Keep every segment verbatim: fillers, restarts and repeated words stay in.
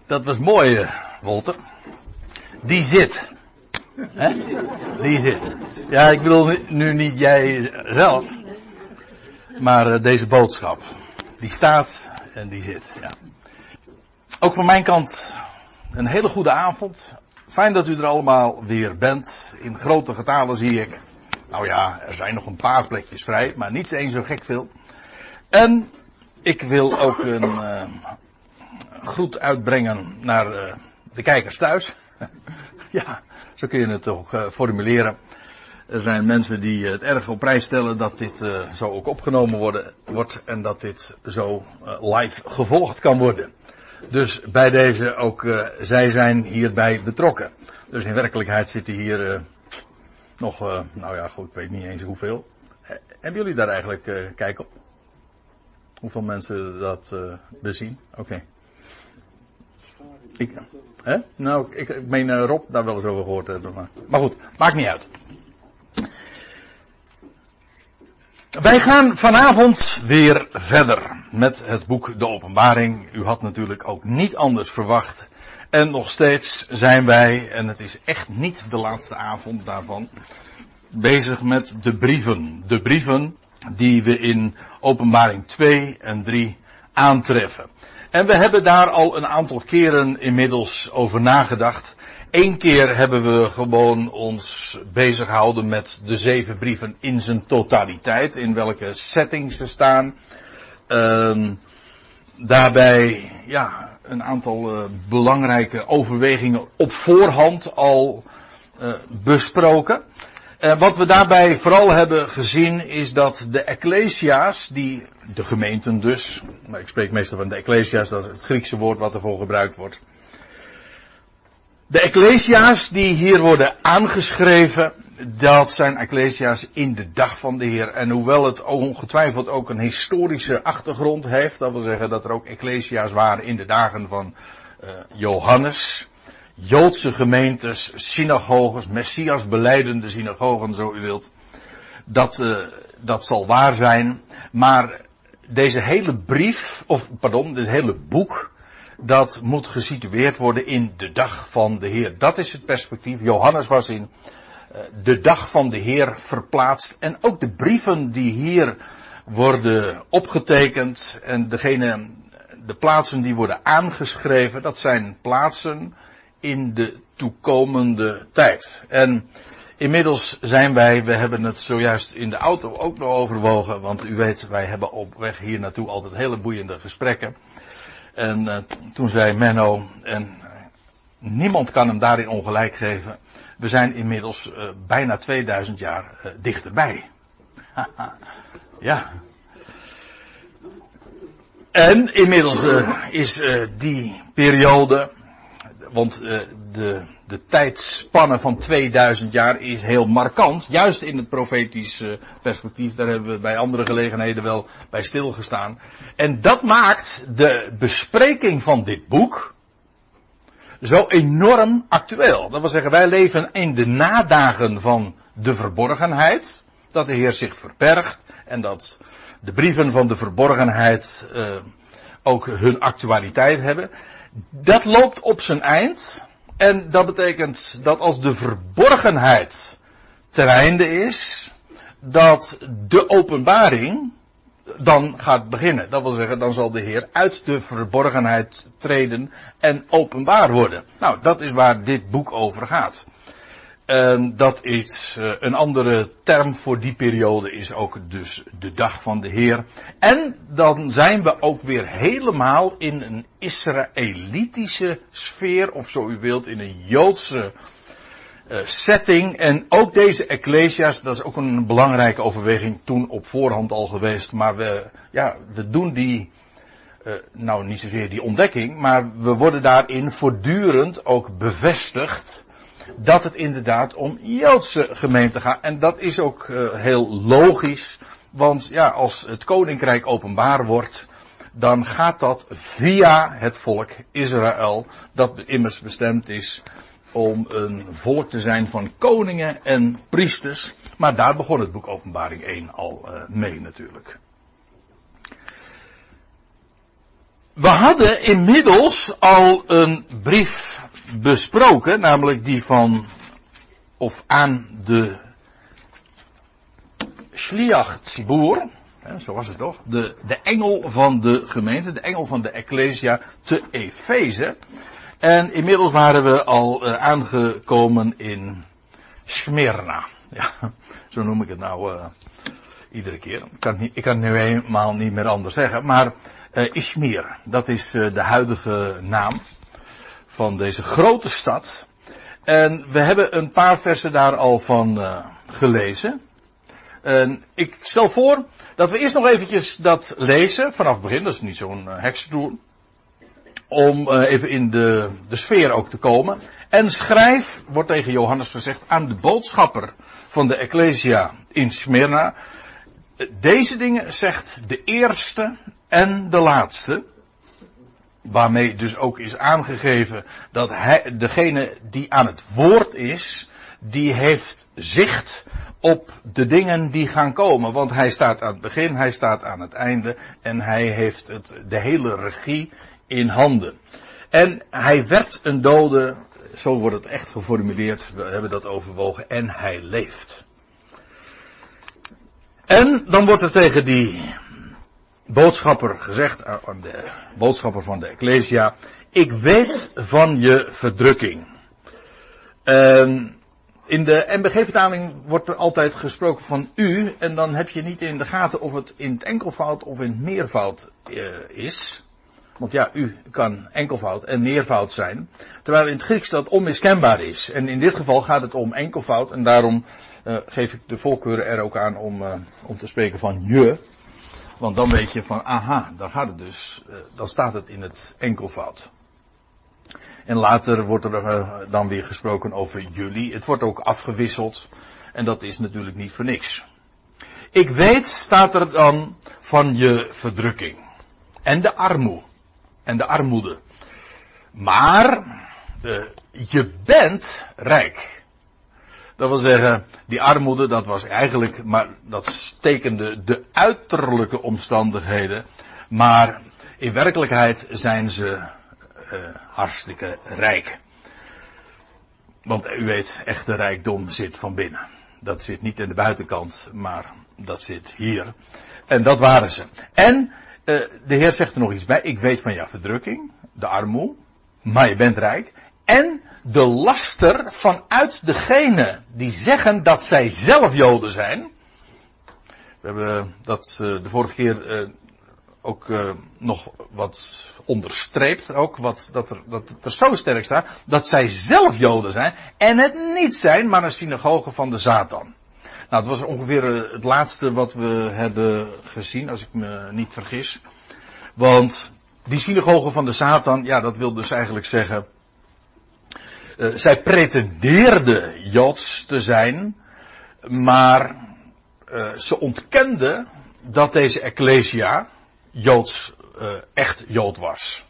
Dat was mooi, uh, Walter. Die zit. Hè? Die zit. Ja, ik bedoel nu niet jij zelf. Maar uh, deze boodschap. Die staat en die zit. Ja. Ook van mijn kant een hele goede avond. Fijn dat u er allemaal weer bent. In grote getalen zie ik. Nou ja, er zijn nog een paar plekjes vrij. Maar niet eens zo gek veel. En ik wil ook een uh, groet uitbrengen naar uh, de kijkers thuis. Ja, zo kun je het ook uh, formuleren. Er zijn mensen die het erg op prijs stellen dat dit uh, zo ook opgenomen worden, wordt. En dat dit zo uh, live gevolgd kan worden. Dus bij deze ook, uh, zij zijn hierbij betrokken. Dus in werkelijkheid zitten hier uh, nog, uh, nou ja goed, ik weet niet eens hoeveel. He, hebben jullie daar eigenlijk uh, kijk op? Hoeveel mensen dat uh, bezien? Oké. Okay. Ik, hè? Nou, ik, ik meen uh, Rob daar wel eens over gehoord hebben. Maar, maar goed, maakt niet uit. Wij gaan vanavond weer verder met het boek De Openbaring. U had natuurlijk ook niet anders verwacht. En nog steeds zijn wij, en het is echt niet de laatste avond daarvan, bezig met de brieven. De brieven die we in Openbaring twee en drie aantreffen. En we hebben daar al een aantal keren inmiddels over nagedacht. Eén keer hebben we gewoon ons bezig gehouden met de zeven brieven in zijn totaliteit. In welke settings ze staan. Uh, daarbij, ja, een aantal uh, belangrijke overwegingen op voorhand al uh, besproken. Uh, wat we daarbij vooral hebben gezien is dat de ecclesia's, die, de gemeenten dus, maar ik spreek meestal van de ecclesia's, dat is het Griekse woord wat ervoor gebruikt wordt. De ecclesia's die hier worden aangeschreven, dat zijn ecclesia's in de dag van de Heer. En hoewel het ongetwijfeld ook een historische achtergrond heeft, dat wil zeggen dat er ook ecclesia's waren in de dagen van uh, Johannes, Joodse gemeentes, synagoges, Messias belijdende synagogen, zo u wilt. Dat, uh, dat zal waar zijn. Maar deze hele brief, of pardon, dit hele boek, dat moet gesitueerd worden in de dag van de Heer. Dat is het perspectief. Johannes was in uh, de dag van de Heer verplaatst. En ook de brieven die hier worden opgetekend en degene, de plaatsen die worden aangeschreven, dat zijn plaatsen in de toekomende tijd. En inmiddels zijn wij, we hebben het zojuist in de auto ook nog overwogen, want u weet, wij hebben op weg hier naartoe altijd hele boeiende gesprekken. En uh, toen zei Menno, en uh, niemand kan hem daarin ongelijk geven, we zijn inmiddels uh, bijna tweeduizend jaar uh, dichterbij. Ja. En inmiddels uh, is uh, die periode, want uh, de, de tijdspanne van tweeduizend jaar is heel markant, juist in het profetisch uh, perspectief, daar hebben we bij andere gelegenheden wel bij stilgestaan. En dat maakt de bespreking van dit boek zo enorm actueel. Dat wil zeggen, wij leven in de nadagen van de verborgenheid, dat de Heer zich verbergt en dat de brieven van de verborgenheid uh, ook hun actualiteit hebben. Dat loopt op zijn eind. En dat betekent dat als de verborgenheid ter einde is, dat de openbaring dan gaat beginnen. Dat wil zeggen, dan zal de Heer uit de verborgenheid treden en openbaar worden. Nou, dat is waar dit boek over gaat. En dat is uh, een andere term voor die periode is ook dus de dag van de Heer. En dan zijn we ook weer helemaal in een Israëlitische sfeer, of zo u wilt, in een Joodse uh, setting. En ook deze ecclesia's, dat is ook een belangrijke overweging toen op voorhand al geweest. Maar we, ja, we doen die, uh, nou niet zozeer die ontdekking, maar we worden daarin voortdurend ook bevestigd dat het inderdaad om Joodse gemeenten gaat. En dat is ook uh, heel logisch. Want ja, als het koninkrijk openbaar wordt, dan gaat dat via het volk Israël, dat immers bestemd is om een volk te zijn van koningen en priesters. Maar daar begon het boek Openbaring één al uh, mee natuurlijk. We hadden inmiddels al een brief besproken, namelijk die van, of aan de Shliach Tzibur, zo was het toch, de, de engel van de gemeente, de engel van de Ecclesia te Efeze. En inmiddels waren we al uh, aangekomen in Smyrna. Ja, zo noem ik het nou uh, iedere keer. Ik kan, niet, ik kan het nu eenmaal niet meer anders zeggen, maar uh, Izmir, dat is uh, de huidige naam van deze grote stad. En we hebben een paar versen daar al van uh, gelezen. En ik stel voor dat we eerst nog eventjes dat lezen vanaf het begin. Dat is niet zo'n uh, heksentoer. Om uh, even in de, de sfeer ook te komen. En schrijf, wordt tegen Johannes gezegd, aan de boodschapper van de Ecclesia in Smyrna. Deze dingen zegt de eerste en de laatste. Waarmee dus ook is aangegeven dat hij, degene die aan het woord is, die heeft zicht op de dingen die gaan komen. Want hij staat aan het begin, hij staat aan het einde en hij heeft het, de hele regie in handen. En hij werd een dode, zo wordt het echt geformuleerd, we hebben dat overwogen, en hij leeft. En dan wordt er tegen die boodschapper gezegd, aan de boodschapper van de Ecclesia, ik weet van je verdrukking. En in de M B G-vertaling wordt er altijd gesproken van u, en dan heb je niet in de gaten of het in het enkelvoud of in het meervoud uh, is. Want ja, u kan enkelvoud en meervoud zijn. Terwijl in het Grieks dat onmiskenbaar is. En in dit geval gaat het om enkelvoud. En daarom uh, geef ik de voorkeur er ook aan om, uh, om te spreken van je. Want dan weet je van, aha, dan gaat het dus. Uh, dan staat het in het enkelvoud. En later wordt er uh, dan weer gesproken over jullie. Het wordt ook afgewisseld. En dat is natuurlijk niet voor niks. Ik weet, staat er dan, van je verdrukking. En de armoede. En de armoede. Maar, uh, je bent rijk. Dat wil zeggen, die armoede, dat was eigenlijk, maar dat tekende de uiterlijke omstandigheden. Maar in werkelijkheid zijn ze uh, hartstikke rijk. Want u weet, echte rijkdom zit van binnen. Dat zit niet in de buitenkant, maar dat zit hier. En dat waren ze. En Uh, de Heer zegt er nog iets bij. Ik weet van jouw verdrukking, de armoede, maar je bent rijk. En de laster vanuit degene die zeggen dat zij zelf Joden zijn. We hebben dat uh, de vorige keer uh, ook uh, nog wat onderstreept. Ook wat, dat, er, dat het er zo sterk staat. Dat zij zelf Joden zijn. En het niet zijn, maar een synagoge van de Satan. Nou, het was ongeveer het laatste wat we hebben gezien, als ik me niet vergis. Want die synagoge van de Satan, ja, dat wil dus eigenlijk zeggen, uh, zij pretendeerden Joods te zijn, maar uh, ze ontkenden dat deze Ecclesia Joods, uh, echt Jood was.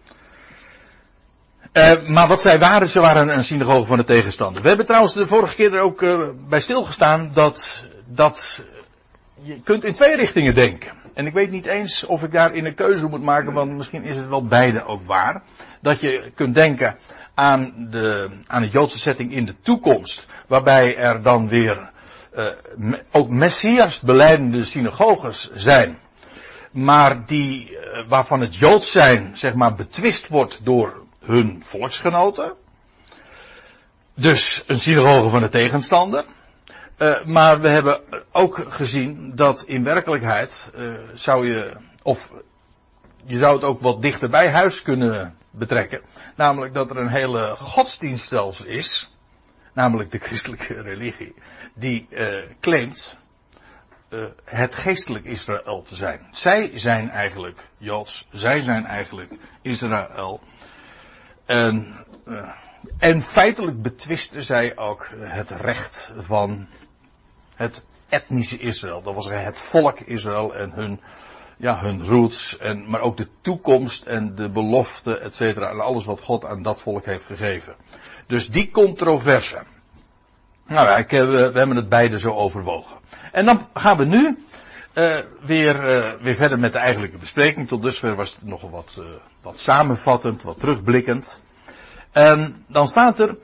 Uh, maar wat zij waren, ze waren een synagoge van de tegenstander. We hebben trouwens de vorige keer er ook uh, bij stilgestaan dat, dat je kunt in twee richtingen denken. En ik weet niet eens of ik daarin een keuze moet maken, want misschien is het wel beide ook waar. Dat je kunt denken aan de, aan de Joodse setting in de toekomst, waarbij er dan weer uh, me, ook Messias belijdende synagoges zijn. Maar die, uh, waarvan het Joods zijn, zeg maar, betwist wordt door hun volksgenoten. Dus een synagoge van de tegenstander. Uh, maar we hebben ook gezien dat in werkelijkheid uh, zou je, of je zou het ook wat dichter bij huis kunnen betrekken. Namelijk dat er een hele godsdienststelsel is, namelijk de christelijke religie, die uh, claimt uh, het geestelijk Israël te zijn. Zij zijn eigenlijk Joods, zij zijn eigenlijk Israël. En, uh, en feitelijk betwisten zij ook het recht van het etnische Israël. Dat was het volk Israël en hun, ja, hun roots, en, maar ook de toekomst en de belofte, et cetera. En alles wat God aan dat volk heeft gegeven. Dus die controverse. Nou ja, ik, we, we hebben het beide zo overwogen. En dan gaan we nu uh, weer, uh, weer verder met de eigenlijke bespreking. Tot dusver was het nog wat, uh, wat samenvattend, wat terugblikkend. En dan staat er,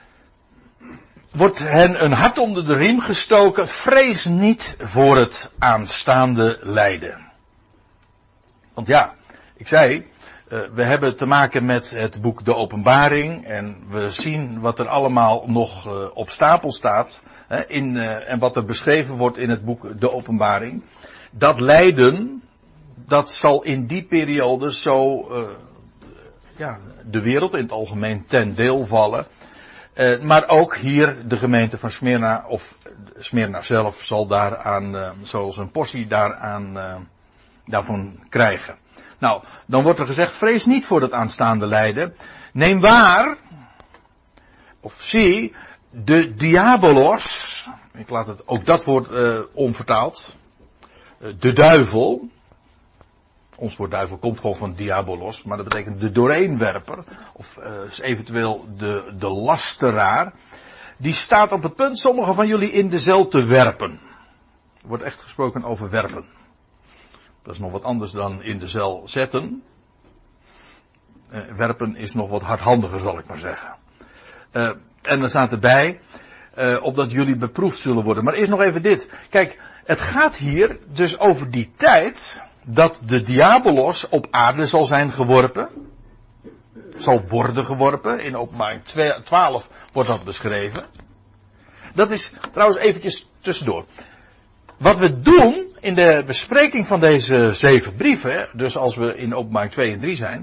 wordt hen een hart onder de riem gestoken, vrees niet voor het aanstaande lijden. Want ja, ik zei, uh, we hebben te maken met het boek De Openbaring en we zien wat er allemaal nog uh, op stapel staat hè, in, uh, en wat er beschreven wordt in het boek De Openbaring. Dat lijden, dat zal in die periode zo uh, ja, de wereld in het algemeen ten deel vallen. Uh, maar ook hier de gemeente van Smyrna, of Smyrna zelf, zal daaraan, uh, zal zijn portie daaraan, uh, daarvan krijgen. Nou, dan wordt er gezegd, vrees niet voor het aanstaande lijden. Neem waar, of zie, de diabolos, ik laat het ook dat woord uh, onvertaald, uh, de duivel. Ons woord duivel komt gewoon van diabolos, maar dat betekent de doorheenwerper, of uh, eventueel de, de lasteraar. Die staat op het punt sommigen van jullie in de zel te werpen. Er wordt echt gesproken over werpen. Dat is nog wat anders dan in de zel zetten. Uh, werpen is nog wat hardhandiger, zal ik maar zeggen. Uh, en dan staat erbij, uh, opdat jullie beproefd zullen worden. Maar eerst nog even dit. Kijk, het gaat hier dus over die tijd dat de diabolos op aarde zal zijn geworpen. Zal worden geworpen. In Openbaring twaalf wordt dat beschreven. Dat is trouwens eventjes tussendoor. Wat we doen in de bespreking van deze zeven brieven, dus als we in Openbaring twee en drie zijn,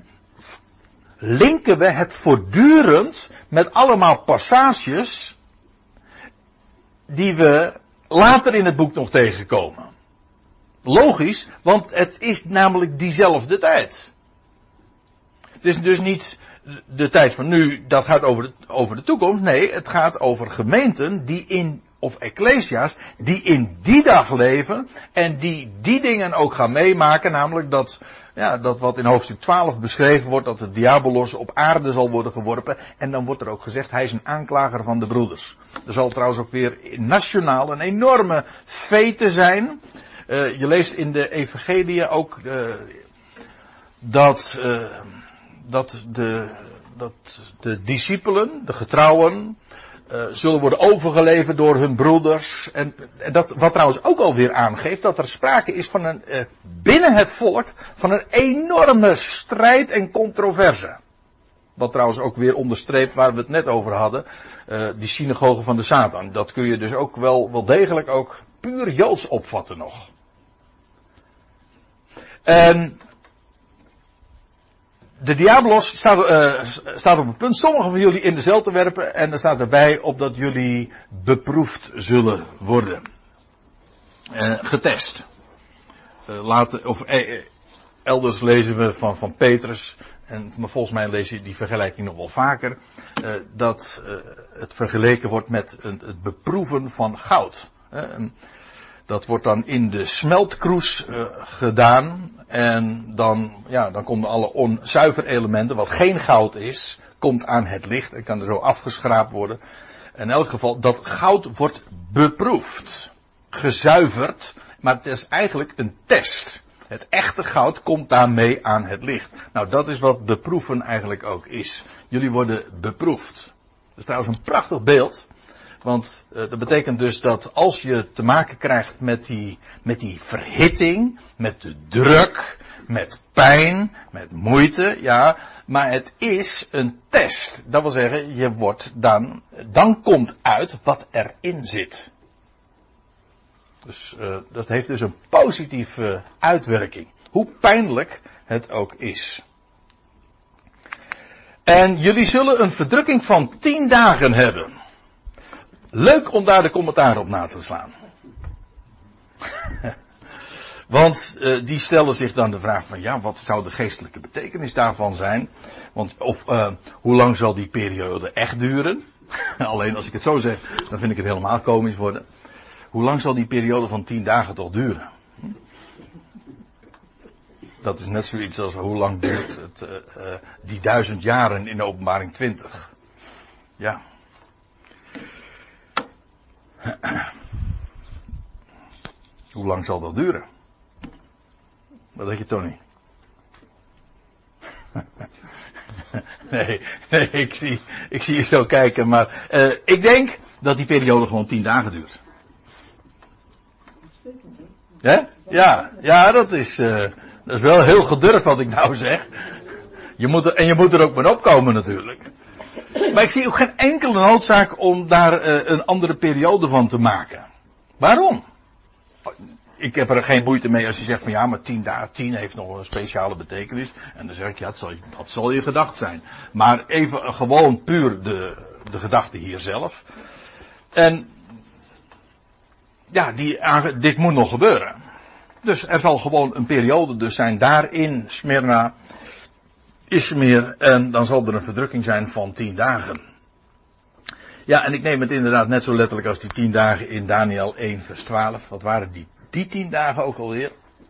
linken we het voortdurend met allemaal passages die we later in het boek nog tegenkomen. Logisch, want het is namelijk diezelfde tijd. Het is dus niet de tijd van nu, dat gaat over de, over de toekomst. Nee, het gaat over gemeenten die in, of ecclesia's, die in die dag leven en die die dingen ook gaan meemaken. Namelijk dat, ja, dat wat in hoofdstuk twaalf beschreven wordt, dat de diabolos op aarde zal worden geworpen. En dan wordt er ook gezegd, hij is een aanklager van de broeders. Er zal trouwens ook weer nationaal een enorme fete zijn. Uh, je leest in de evangelie ook uh, dat, uh, dat, de, dat de discipelen, de getrouwen, uh, zullen worden overgeleverd door hun broeders. En, en dat, wat trouwens ook alweer aangeeft dat er sprake is van een, uh, binnen het volk, van een enorme strijd en controverse. Wat trouwens ook weer onderstreept waar we het net over hadden, uh, die synagoge van de Satan. Dat kun je dus ook wel, wel degelijk ook puur Joods opvatten nog. En de diabolos staat, uh, staat op het punt sommigen van jullie in de zel te werpen en er staat erbij opdat jullie beproefd zullen worden. Uh, getest. Uh, later, of uh, elders lezen we van, van Petrus, en, maar volgens mij lees je die vergelijking nog wel vaker, uh, dat uh, het vergeleken wordt met een, het beproeven van goud. Uh, Dat wordt dan in de smeltkroes uh, gedaan. En dan, ja, dan komen alle onzuiver elementen, wat geen goud is, komt aan het licht en kan er zo afgeschraapt worden. In elk geval, dat goud wordt beproefd. Gezuiverd. Maar het is eigenlijk een test. Het echte goud komt daarmee aan het licht. Nou, dat is wat beproeven eigenlijk ook is. Jullie worden beproefd. Dat is trouwens een prachtig beeld. Want uh, dat betekent dus dat als je te maken krijgt met die, met die verhitting, met de druk, met pijn, met moeite, ja, maar het is een test. Dat wil zeggen, je wordt dan, dan komt uit wat erin zit. Dus uh, dat heeft dus een positieve uitwerking. Hoe pijnlijk het ook is. En jullie zullen een verdrukking van tien dagen hebben. Leuk om daar de commentaar op na te slaan. Want uh, die stellen zich dan de vraag van, ja, wat zou de geestelijke betekenis daarvan zijn? Want, of, uh, hoe lang zal die periode echt duren? Alleen als ik het zo zeg, dan vind ik het helemaal komisch worden. Hoe lang zal die periode van tien dagen toch duren? Hm? Dat is net zoiets als hoe lang duurt het, uh, uh, die duizend jaren in de Openbaring twintig. Ja. Hoe lang zal dat duren? Dat denk je toch niet? nee, nee ik, zie, ik zie je zo kijken, maar uh, ik denk dat die periode gewoon tien dagen duurt. Hè? Ja, ja, dat is, uh, dat is wel heel gedurfd wat ik nou zeg. Je moet er, en je moet er ook mee opkomen natuurlijk. Maar ik zie ook geen enkele noodzaak om daar uh, een andere periode van te maken. Waarom? Ik heb er geen moeite mee als je zegt van ja, maar tien dagen, tien heeft nog een speciale betekenis. En dan zeg ik ja, dat zal, dat zal je gedacht zijn. Maar even gewoon puur de, de gedachte hier zelf. En ja, die, dit moet nog gebeuren. Dus er zal gewoon een periode dus zijn daar in Smyrna, Izmir, en dan zal er een verdrukking zijn van tien dagen. Ja, en ik neem het inderdaad net zo letterlijk als die tien dagen in Daniël één vers twaalf. Wat waren die, die tien dagen ook alweer?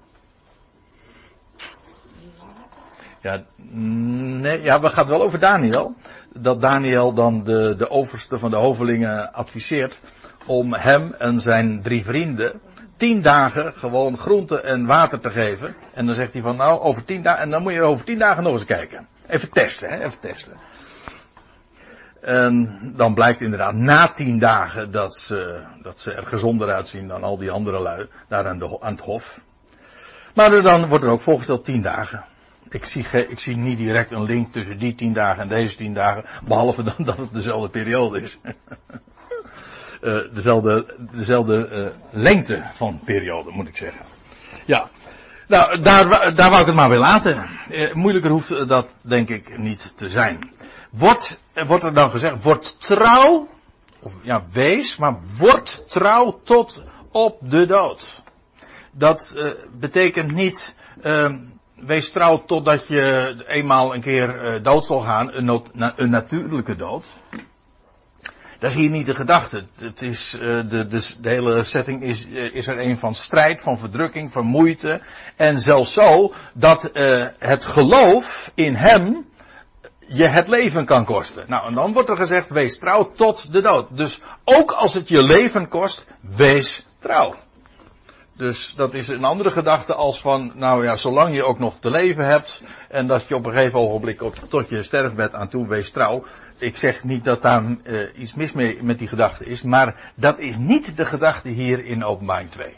Ja, nee, ja, we gaan het wel over Daniël. Dat Daniël dan de, de overste van de hovelingen adviseert om hem en zijn drie vrienden tien dagen gewoon groente en water te geven. En dan zegt hij van nou, over tien dagen, en dan moet je over tien dagen nog eens kijken. Even testen, hè, even testen. En dan blijkt inderdaad na tien dagen dat ze, dat ze er gezonder uitzien dan al die andere lui daar aan, de, aan het hof. Maar dan wordt er ook voorgesteld tien dagen. Ik zie, ge, ik zie niet direct een link tussen die tien dagen en deze tien dagen, behalve dan dat het dezelfde periode is. Uh, dezelfde, dezelfde uh, lengte van periode, moet ik zeggen. Ja, nou, daar, daar wou ik het maar weer laten. Uh, moeilijker hoeft dat, denk ik, niet te zijn. Wordt, wordt er dan gezegd, word trouw, of ja, wees, maar word trouw tot op de dood. Dat uh, betekent niet, uh, wees trouw totdat je eenmaal een keer uh, dood zal gaan, een, not, een natuurlijke dood. Dat is hier niet de gedachte. Het is, uh, de, de, de hele setting is, uh, is er een van strijd, van verdrukking, van moeite. En zelfs zo dat uh, het geloof in hem je het leven kan kosten. Nou, en dan wordt er gezegd, wees trouw tot de dood. Dus ook als het je leven kost, wees trouw. Dus dat is een andere gedachte als van, nou ja, zolang je ook nog te leven hebt en dat je op een gegeven ogenblik op, tot je sterfbed aan toe wees trouw. Ik zeg niet dat daar uh, iets mis mee met die gedachte is, maar dat is niet de gedachte hier in Openbaring twee.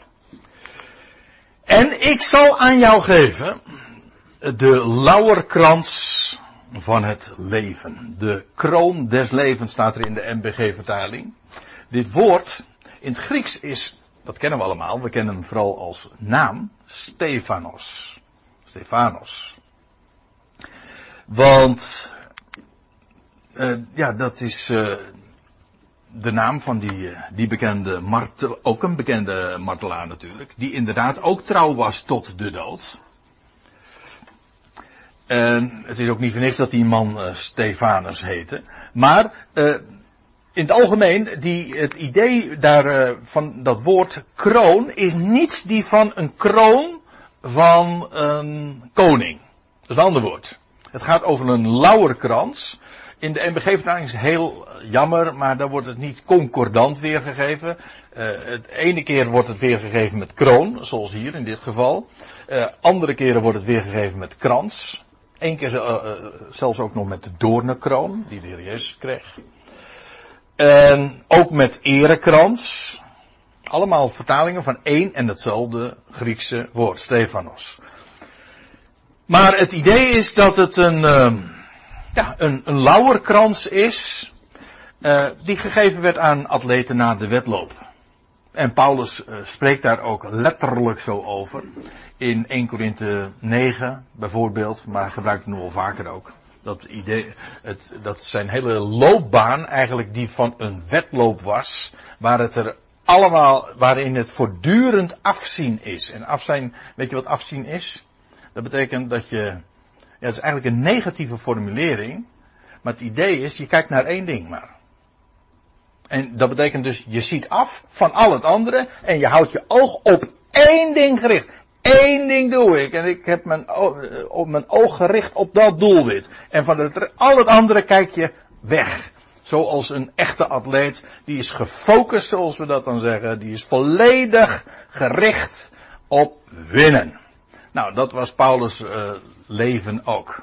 En ik zal aan jou geven de lauwerkrans van het leven. De kroon des levens staat er in de M B G-vertaling. Dit woord in het Grieks is, dat kennen we allemaal, we kennen hem vooral als naam, Stephanos. Stephanos. Want Uh, ja, dat is uh, de naam van die, uh, die bekende martel, ook een bekende martelaar natuurlijk, die inderdaad ook trouw was tot de dood. En het is ook niet voor niks dat die man uh, Stephanus heette. Maar uh, in het algemeen, die, het idee daar uh, van dat woord kroon is niet die van een kroon van een koning. Dat is een ander woord. Het gaat over een lauwerkrans. In de M B G-vertaling is het heel jammer, maar daar wordt het niet concordant weergegeven. Uh, het ene keer wordt het weergegeven met kroon, zoals hier in dit geval. Uh, andere keren wordt het weergegeven met krans. Eén keer uh, uh, zelfs ook nog met de doornenkroon, die de Heer Jezus kreeg. En ook met erekrans. Allemaal vertalingen van één en hetzelfde Griekse woord, Stephanos. Maar het idee is dat het een... Uh, Ja, een, een lauwerkrans is, uh, die gegeven werd aan atleten na de wedloop. En Paulus uh, spreekt daar ook letterlijk zo over. In Eerste Korinthe negen bijvoorbeeld, maar hij gebruikt het nog wel vaker ook. Dat idee, het, dat zijn hele loopbaan eigenlijk die van een wedloop was, waar het er allemaal, waarin het voortdurend afzien is. En afzien, weet je wat afzien is? Dat betekent dat je... Ja, het is eigenlijk een negatieve formulering. Maar het idee is, je kijkt naar één ding maar. En dat betekent dus, je ziet af van al het andere. En je houdt je oog op één ding gericht. Eén ding doe ik. En ik heb mijn oog, op mijn oog gericht op dat doelwit. En van het, al het andere kijk je weg. Zoals een echte atleet. Die is gefocust, zoals we dat dan zeggen. Die is volledig gericht op winnen. Nou, dat was Paulus' uh, leven ook.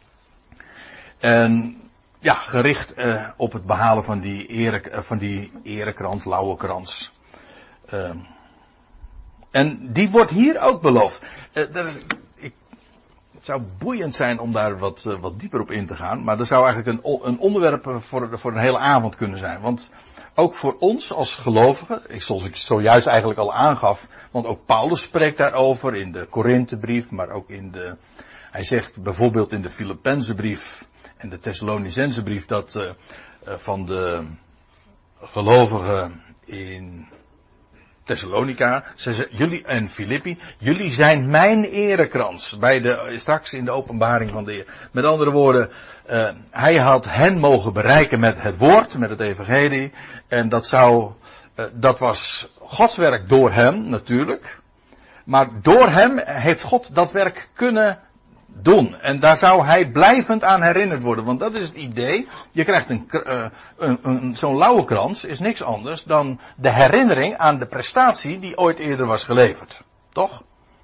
En ja, gericht uh, op het behalen van die, ere, uh, van die erekrans, lauwerkrans. Uh, en die wordt hier ook beloofd. Uh, daar, ik, het zou boeiend zijn om daar wat, uh, wat dieper op in te gaan. Maar dat zou eigenlijk een, een onderwerp voor, voor een hele avond kunnen zijn. Want ook voor ons als gelovigen, zoals ik zojuist eigenlijk al aangaf, want ook Paulus spreekt daarover in de Korinthebrief, maar ook in de, hij zegt bijvoorbeeld in de Filippenzenbrief en de Thessalonicensebrief dat uh, uh, van de gelovigen in Thessalonica, ze zeggen, jullie en Filippi, jullie zijn mijn erekrans. Bij de, straks in de openbaring van de Heer. Met andere woorden, uh, hij had hen mogen bereiken met het woord, met het evangelie. En dat zou, uh, dat was Gods werk door hem, natuurlijk. Maar door hem heeft God dat werk kunnen doen. En daar zou hij blijvend aan herinnerd worden. Want dat is het idee. Je krijgt een, uh, een, een zo'n lauwerkrans is niks anders dan de herinnering aan de prestatie die ooit eerder was geleverd. Toch?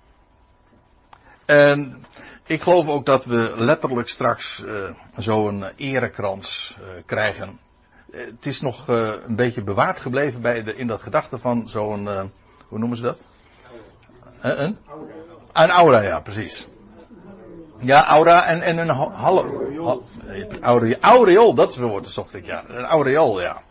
En ik geloof ook dat we letterlijk straks uh, zo'n erekrans uh, krijgen. Uh, het is nog uh, een beetje bewaard gebleven bij de, in dat gedachte van zo'n, uh, hoe noemen ze dat? Uh, een? Een aura, ja, precies. Ja, aura en, en een hallo. Aureool, aureool, dat is het woord, zocht ik, ja. Een aureool, ja.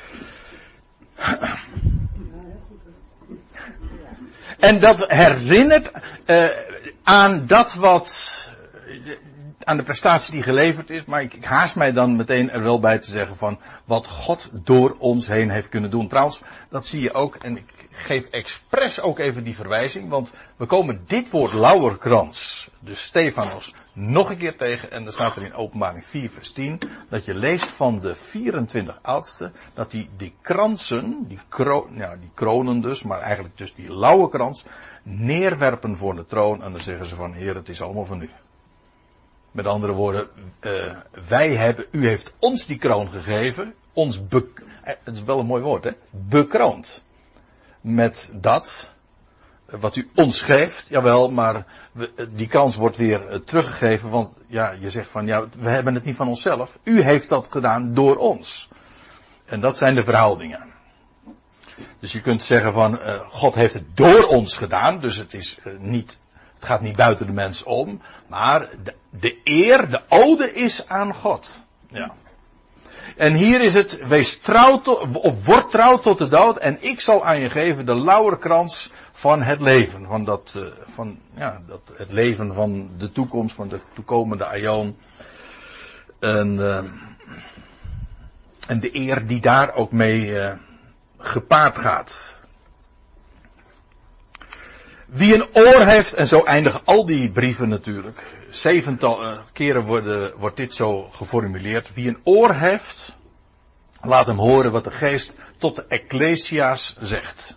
En dat herinnert uh, aan dat wat, uh, aan de prestatie die geleverd is, maar ik, ik haast mij dan meteen er wel bij te zeggen van wat God door ons heen heeft kunnen doen. Trouwens, dat zie je ook, en ik geef expres ook even die verwijzing, want we komen dit woord lauwerkrans, dus Stefanos, nog een keer tegen, en dan staat er in Openbaring vier vers tien, dat je leest van de vierentwintig oudsten, dat die, die kransen, die, kro, ja, die kronen dus, maar eigenlijk dus die lauwerkrans, neerwerpen voor de troon, en dan zeggen ze van, Heer, het is allemaal van u. Met andere woorden, uh, wij hebben, u heeft ons die kroon gegeven, ons be, het is wel een mooi woord, hè, bekroond. Met dat, wat u ons geeft, jawel, maar we, die kans wordt weer uh, teruggegeven, want ja, je zegt van, ja, we hebben het niet van onszelf. U heeft dat gedaan door ons. En dat zijn de verhoudingen. Dus je kunt zeggen van, uh, God heeft het door ons gedaan, dus het is uh, niet, het gaat niet buiten de mens om, maar de, de eer, de ode is aan God. Ja. En hier is het, wees trouw tot, of word trouw tot de dood en ik zal aan je geven de lauwerkrans van het leven. Van dat, uh, van, ja, dat, het leven van de toekomst, van de toekomende aion. En, uh, en de eer die daar ook mee uh, gepaard gaat. Wie een oor heeft, en zo eindigen al die brieven natuurlijk. Zevental uh, keren worden, wordt dit zo geformuleerd. Wie een oor heeft, laat hem horen wat de geest tot de ecclesia's zegt.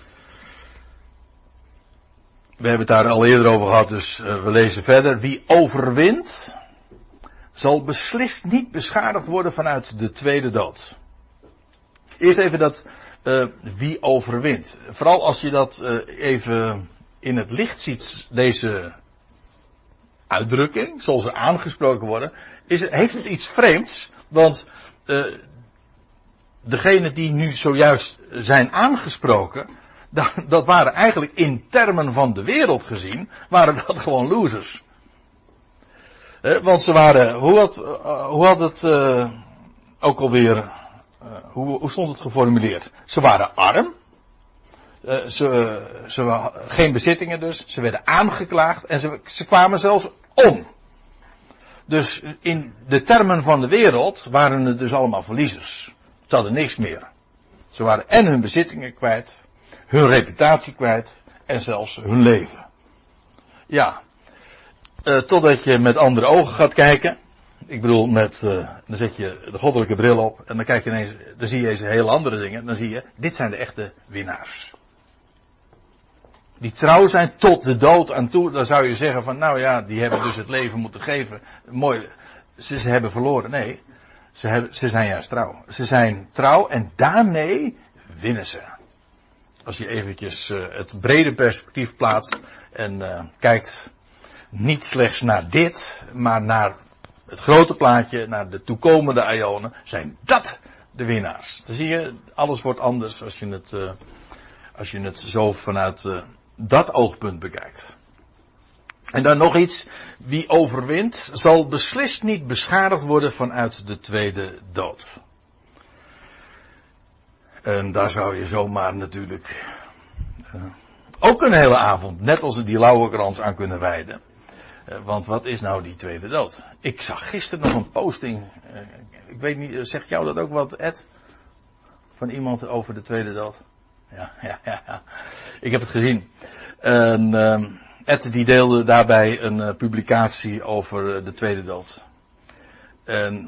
We hebben het daar al eerder over gehad, dus uh, we lezen verder. Wie overwint, zal beslist niet beschadigd worden vanuit de tweede dood. Eerst even dat, uh, wie overwint. Vooral als je dat uh, even in het licht ziet, deze uitdrukking, zoals er aangesproken worden, is het, heeft het iets vreemds, want uh, degenen die nu zojuist zijn aangesproken, dat, dat waren eigenlijk in termen van de wereld gezien, waren dat gewoon losers. Uh, want ze waren, hoe had, uh, hoe had het uh, ook alweer, uh, hoe, hoe stond het geformuleerd? Ze waren arm. Uh, ze, ze hadden geen bezittingen dus. Ze werden aangeklaagd en ze, ze kwamen zelfs om. Dus in de termen van de wereld waren het dus allemaal verliezers. Ze hadden niks meer. Ze waren en hun bezittingen kwijt, hun reputatie kwijt en zelfs hun leven. Ja, uh, totdat je met andere ogen gaat kijken. Ik bedoel, met, uh, dan zet je de goddelijke bril op en dan kijk je ineens, dan zie je eens heel andere dingen. Dan zie je, dit zijn de echte winnaars. Die trouw zijn tot de dood aan toe, dan zou je zeggen van, nou ja, die hebben dus het leven moeten geven. Mooi, ze, ze hebben verloren. Nee, ze, hebben, ze zijn juist trouw. Ze zijn trouw en daarmee winnen ze. Als je eventjes uh, het brede perspectief plaatst, En uh, kijkt niet slechts naar dit, maar naar het grote plaatje, naar de toekomende aionen. Zijn dat de winnaars? Dan zie je, alles wordt anders als je het, uh, als je het zo vanuit uh, dat oogpunt bekijkt. En dan nog iets. Wie overwint, zal beslist niet beschadigd worden vanuit de tweede dood. En daar zou je zomaar natuurlijk uh, ook een hele avond, net als die Lauwerkrans, aan kunnen wijden. Uh, want wat is nou die tweede dood? Ik zag gisteren nog een posting. Uh, ik weet niet, zegt jou dat ook wat, Ed? Van iemand over de tweede dood? Ja, ja, ja. ja. Ik heb het gezien. En uh, Ed die deelde daarbij een uh, publicatie over uh, de tweede dood. En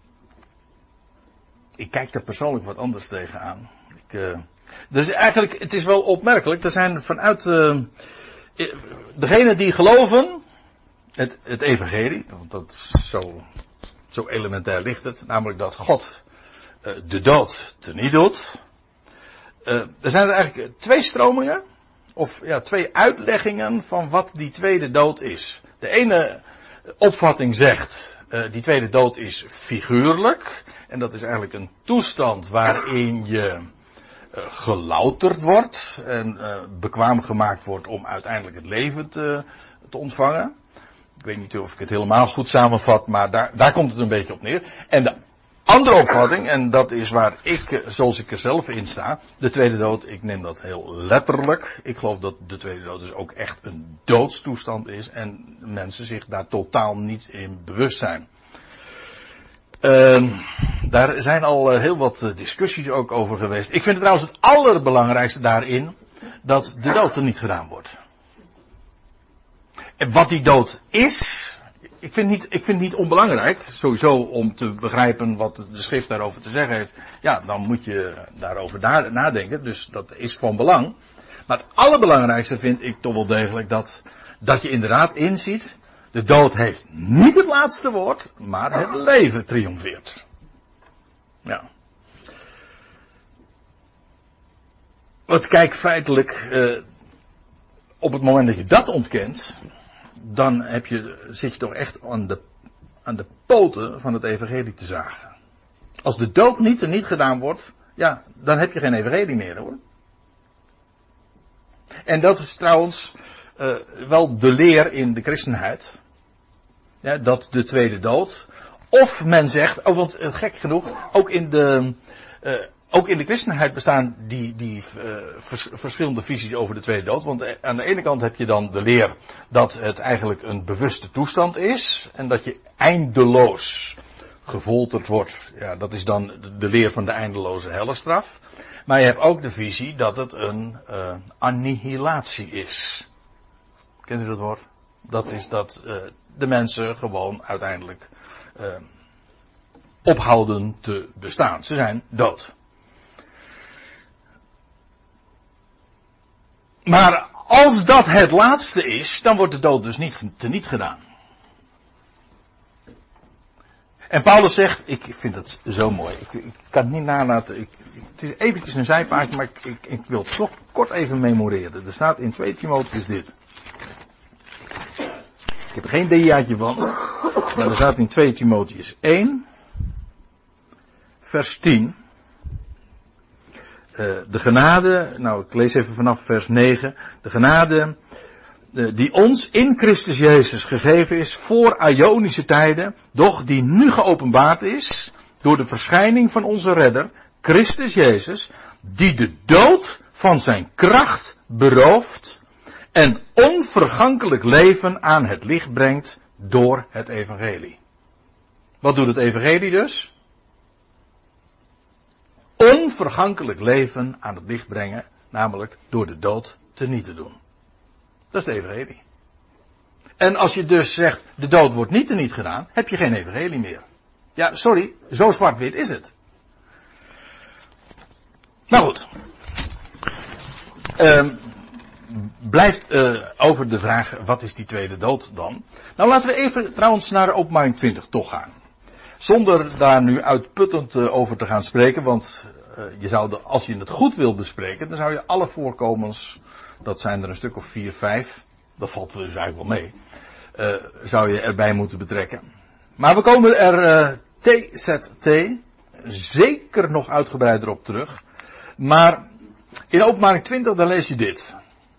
ik kijk er persoonlijk wat anders tegenaan. Ik, uh, dus eigenlijk, het is wel opmerkelijk. Er zijn vanuit uh, degenen die geloven het, het evangelie, want dat is zo, zo elementair ligt het, namelijk dat God uh, de dood teniet doet. Uh, er zijn er eigenlijk twee stromingen, of ja, twee uitleggingen van wat die tweede dood is. De ene opvatting zegt, uh, die tweede dood is figuurlijk. En dat is eigenlijk een toestand waarin je uh, gelouterd wordt en uh, bekwaam gemaakt wordt om uiteindelijk het leven te, te ontvangen. Ik weet niet of ik het helemaal goed samenvat, maar daar, daar komt het een beetje op neer. En de andere opvatting, en dat is waar ik, zoals ik er zelf in sta, de tweede dood, ik neem dat heel letterlijk. Ik geloof dat de tweede dood dus ook echt een doodstoestand is en mensen zich daar totaal niet in bewust zijn. Uh, daar zijn al uh, heel wat uh, discussies ook over geweest. Ik vind het trouwens het allerbelangrijkste daarin dat de dood er niet gedaan wordt. En wat die dood is, ik vind niet, ik vind het niet onbelangrijk, sowieso om te begrijpen wat de schrift daarover te zeggen heeft. Ja, dan moet je daarover nadenken, dus dat is van belang. Maar het allerbelangrijkste vind ik toch wel degelijk dat, dat je inderdaad inziet, de dood heeft niet het laatste woord, maar het leven triomfeert. Ja. Want kijk, feitelijk, uh, op het moment dat je dat ontkent, dan heb je, zit je toch echt aan de, aan de poten van het evangelie te zagen. Als de dood niet en niet gedaan wordt, ja, dan heb je geen evangelie meer, hoor. En dat is trouwens uh, wel de leer in de christenheid. Ja, dat de tweede dood. Of men zegt, oh, want uh, gek genoeg, ook in de, uh, ook in de christenheid bestaan die, die uh, vers, verschillende visies over de tweede dood. Want uh, aan de ene kant heb je dan de leer dat het eigenlijk een bewuste toestand is. En dat je eindeloos gefolterd wordt. Ja, dat is dan de leer van de eindeloze hellestraf. Maar je hebt ook de visie dat het een uh, annihilatie is. Kent u dat woord? Dat is dat uh, de mensen gewoon uiteindelijk uh, ophouden te bestaan. Ze zijn dood. Maar als dat het laatste is, dan wordt de dood dus niet teniet gedaan. En Paulus zegt, ik vind het zo mooi, ik, ik kan het niet nalaten, ik, het is eventjes een zijpaadje, maar ik, ik, ik wil het toch kort even memoreren. Er staat in twee Timotheüs dit. Ik heb er geen diaatje van, maar er staat in twee Timotheüs één, vers tien. Uh, de genade, nou ik lees even vanaf vers negen, de genade uh, die ons in Christus Jezus gegeven is voor Ionische tijden, doch die nu geopenbaard is door de verschijning van onze redder, Christus Jezus, die de dood van zijn kracht berooft en onvergankelijk leven aan het licht brengt door het evangelie. Wat doet het evangelie dus? Onvergankelijk leven aan het licht brengen, namelijk door de dood teniet te doen. Dat is het evangelie. En als je dus zegt, de dood wordt niet teniet gedaan, heb je geen evangelie meer. Ja, sorry, zo zwart-wit is het. Nou goed. Um, blijft uh, over de vraag, wat is die tweede dood dan? Nou, laten we even trouwens naar Openbaring twintig toch gaan. Zonder daar nu uitputtend uh, over te gaan spreken, want uh, je zou de, als je het goed wil bespreken, dan zou je alle voorkomens, dat zijn er een stuk of vier, vijf, dat valt dus eigenlijk wel mee, uh, zou je erbij moeten betrekken. Maar we komen er uh, T Z T zeker nog uitgebreider op terug. Maar in Openbaring twintig, daar lees je dit.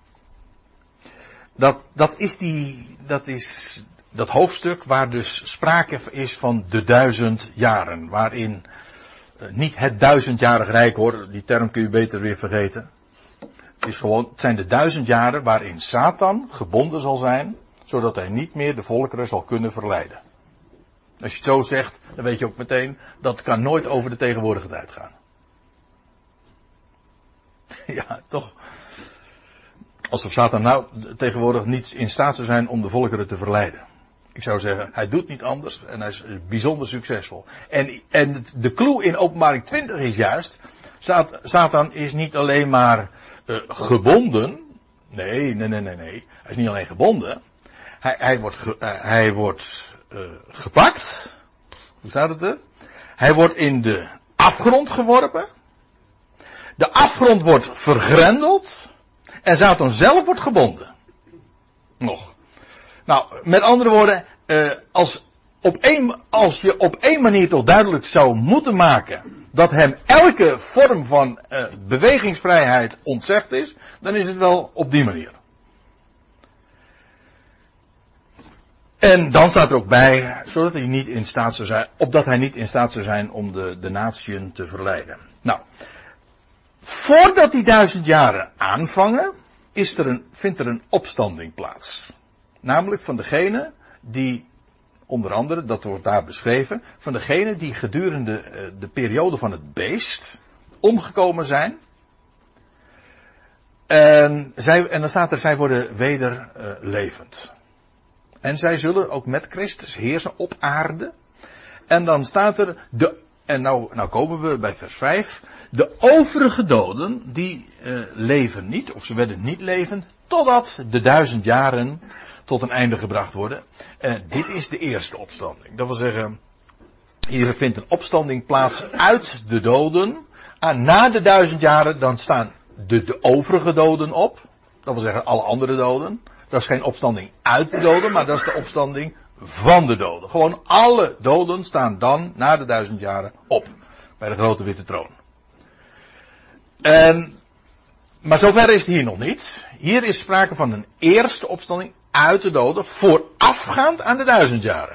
Dat, dat is die, dat is dat hoofdstuk waar dus sprake is van de duizend jaren. Waarin, uh, niet het duizendjarig rijk hoor, die term kun je beter weer vergeten. Het is gewoon, het zijn de duizend jaren waarin Satan gebonden zal zijn, zodat hij niet meer de volkeren zal kunnen verleiden. Als je het zo zegt, dan weet je ook meteen, dat kan nooit over de tegenwoordige tijd gaan. Ja, toch. Alsof Satan nou tegenwoordig niet in staat zou zijn om de volkeren te verleiden. Ik zou zeggen, hij doet niet anders en hij is bijzonder succesvol. En, en de clue in Openbaring twintig is juist, Satan is niet alleen maar uh, gebonden. Nee, nee, nee, nee, nee. Hij is niet alleen gebonden. Hij, hij wordt, ge, uh, hij wordt uh, gepakt. Hoe staat het er? Hij wordt in de afgrond geworpen. De afgrond wordt vergrendeld. En Satan zelf wordt gebonden. Nog. Nou, met andere woorden, uh, als, op één, als je op één manier toch duidelijk zou moeten maken dat hem elke vorm van uh, bewegingsvrijheid ontzegd is, dan is het wel op die manier. En dan staat er ook bij, zodat hij niet in staat zou zijn, opdat hij niet in staat zou zijn om de, de natieën te verleiden. Nou, voordat die duizend jaren aanvangen, is er een, vindt er een opstanding plaats. Namelijk van degene die, onder andere, dat wordt daar beschreven, van degene die gedurende uh, de periode van het beest omgekomen zijn. En, zij, en dan staat er, zij worden weder uh, levend. En zij zullen ook met Christus heersen op aarde. En dan staat er, de, en nou, nou komen we bij vers vijf. De overige doden, die uh, leven niet, of ze werden niet levend, totdat de duizend jaren tot een einde gebracht worden. Uh, dit is de eerste opstanding. Dat wil zeggen, hier vindt een opstanding plaats uit de doden. Ah, na de duizend jaren, dan staan de, de overige doden op. Dat wil zeggen, alle andere doden. Dat is geen opstanding uit de doden, maar dat is de opstanding van de doden. Gewoon alle doden staan dan, na de duizend jaren, op. Bij de grote witte troon. En, maar zover is het hier nog niet. Hier is sprake van een eerste opstanding uit de doden, voorafgaand aan de duizend jaren.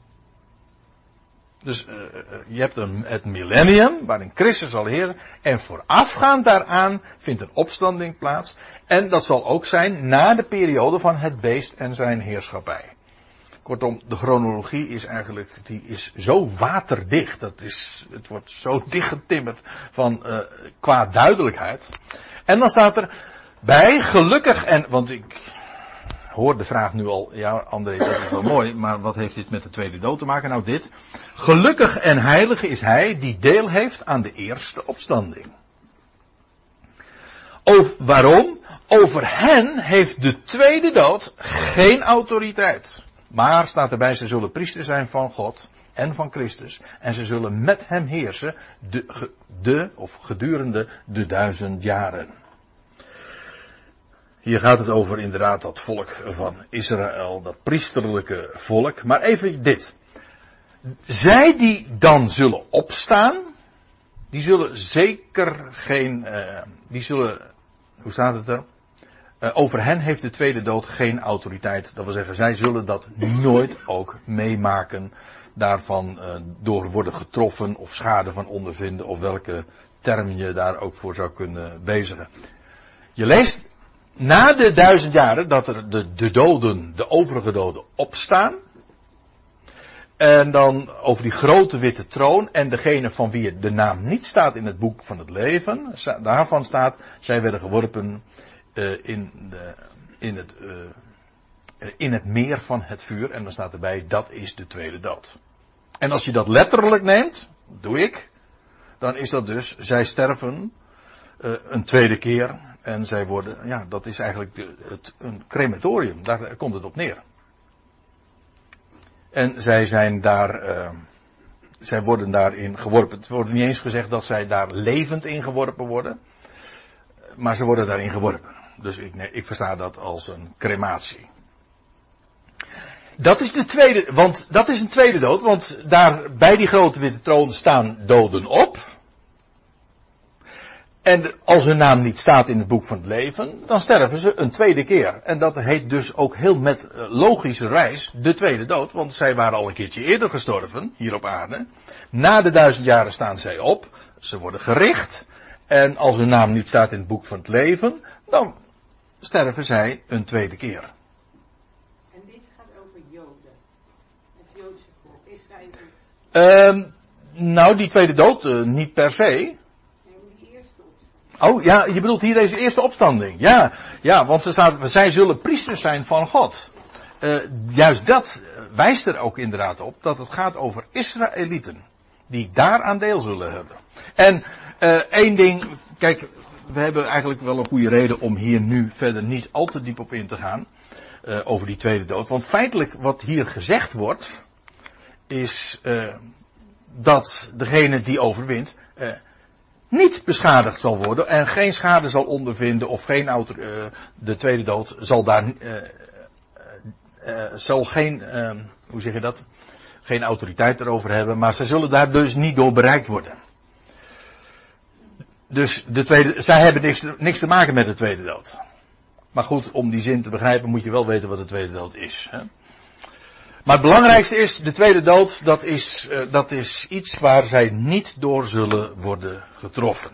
Dus uh, je hebt een, het millennium, waarin Christus zal heersen, en voorafgaand daaraan vindt een opstanding plaats. En dat zal ook zijn na de periode van het beest en zijn heerschappij. Kortom, de chronologie is eigenlijk, die is zo waterdicht, dat is, het wordt zo dichtgetimmerd van uh, qua duidelijkheid. En dan staat er bij, gelukkig en, want ik hoor de vraag nu al, ja André, dat is wel mooi, maar wat heeft dit met de tweede dood te maken? Nou dit, gelukkig en heilig is hij die deel heeft aan de eerste opstanding. Over, waarom? Over hen heeft de tweede dood geen autoriteit. Maar staat erbij, ze zullen priester zijn van God en van Christus. En ze zullen met hem heersen, de, de of gedurende de duizend jaren. Hier gaat het over inderdaad dat volk van Israël, dat priesterlijke volk. Maar even dit. Zij die dan zullen opstaan, die zullen zeker geen, uh, die zullen, hoe staat het er? Uh, over hen heeft de tweede dood geen autoriteit. Dat wil zeggen, zij zullen dat nooit ook meemaken. Daarvan uh, door worden getroffen of schade van ondervinden. Of welke term je daar ook voor zou kunnen bezigen. Je leest na de duizend jaren dat er de, de doden, de overige doden opstaan. En dan over die grote witte troon. En degene van wie de naam niet staat in het boek van het leven. Daarvan staat, zij werden geworpen uh, in, de, in, het, uh, in het meer van het vuur. En dan staat erbij, dat is de tweede dood. En als je dat letterlijk neemt, doe ik. Dan is dat dus, zij sterven uh, een tweede keer. En zij worden, ja, dat is eigenlijk de, het, een crematorium. Daar komt het op neer. En zij zijn daar, uh, zij worden daarin geworpen. Het wordt niet eens gezegd dat zij daar levend in geworpen worden. Maar ze worden daarin geworpen. Dus ik, nee, ik versta dat als een crematie. Dat is de tweede, want dat is een tweede dood, want daar bij die grote witte troon staan doden op. En als hun naam niet staat in het boek van het leven, dan sterven ze een tweede keer. En dat heet dus ook heel met logische reis de tweede dood, want zij waren al een keertje eerder gestorven, hier op aarde. Na de duizend jaren staan zij op, ze worden gericht. En als hun naam niet staat in het boek van het leven, dan sterven zij een tweede keer. En dit gaat over Joden, het Joodse volk, Israël. Uh, nou, die tweede dood uh, niet per se. Oh ja, je bedoelt hier deze eerste opstanding. Ja, ja, want er staat, zij zullen priesters zijn van God. Uh, juist dat wijst er ook inderdaad op dat het gaat over Israëlieten. Die daaraan deel zullen hebben. En uh, één ding, kijk, we hebben eigenlijk wel een goede reden om hier nu verder niet al te diep op in te gaan. Uh, over die tweede dood. Want feitelijk wat hier gezegd wordt, is uh, dat degene die overwint, uh, niet beschadigd zal worden en geen schade zal ondervinden of geen autor, uh, de tweede dood zal daar, uh, uh, uh, zal geen, uh, hoe zeg je dat, geen autoriteit erover hebben, maar zij zullen daar dus niet door bereikt worden. Dus de tweede, zij hebben niks, niks te maken met de tweede dood. Maar goed, om die zin te begrijpen moet je wel weten wat de tweede dood is. Hè? Maar het belangrijkste is, de tweede dood, dat is, uh, dat is iets waar zij niet door zullen worden getroffen.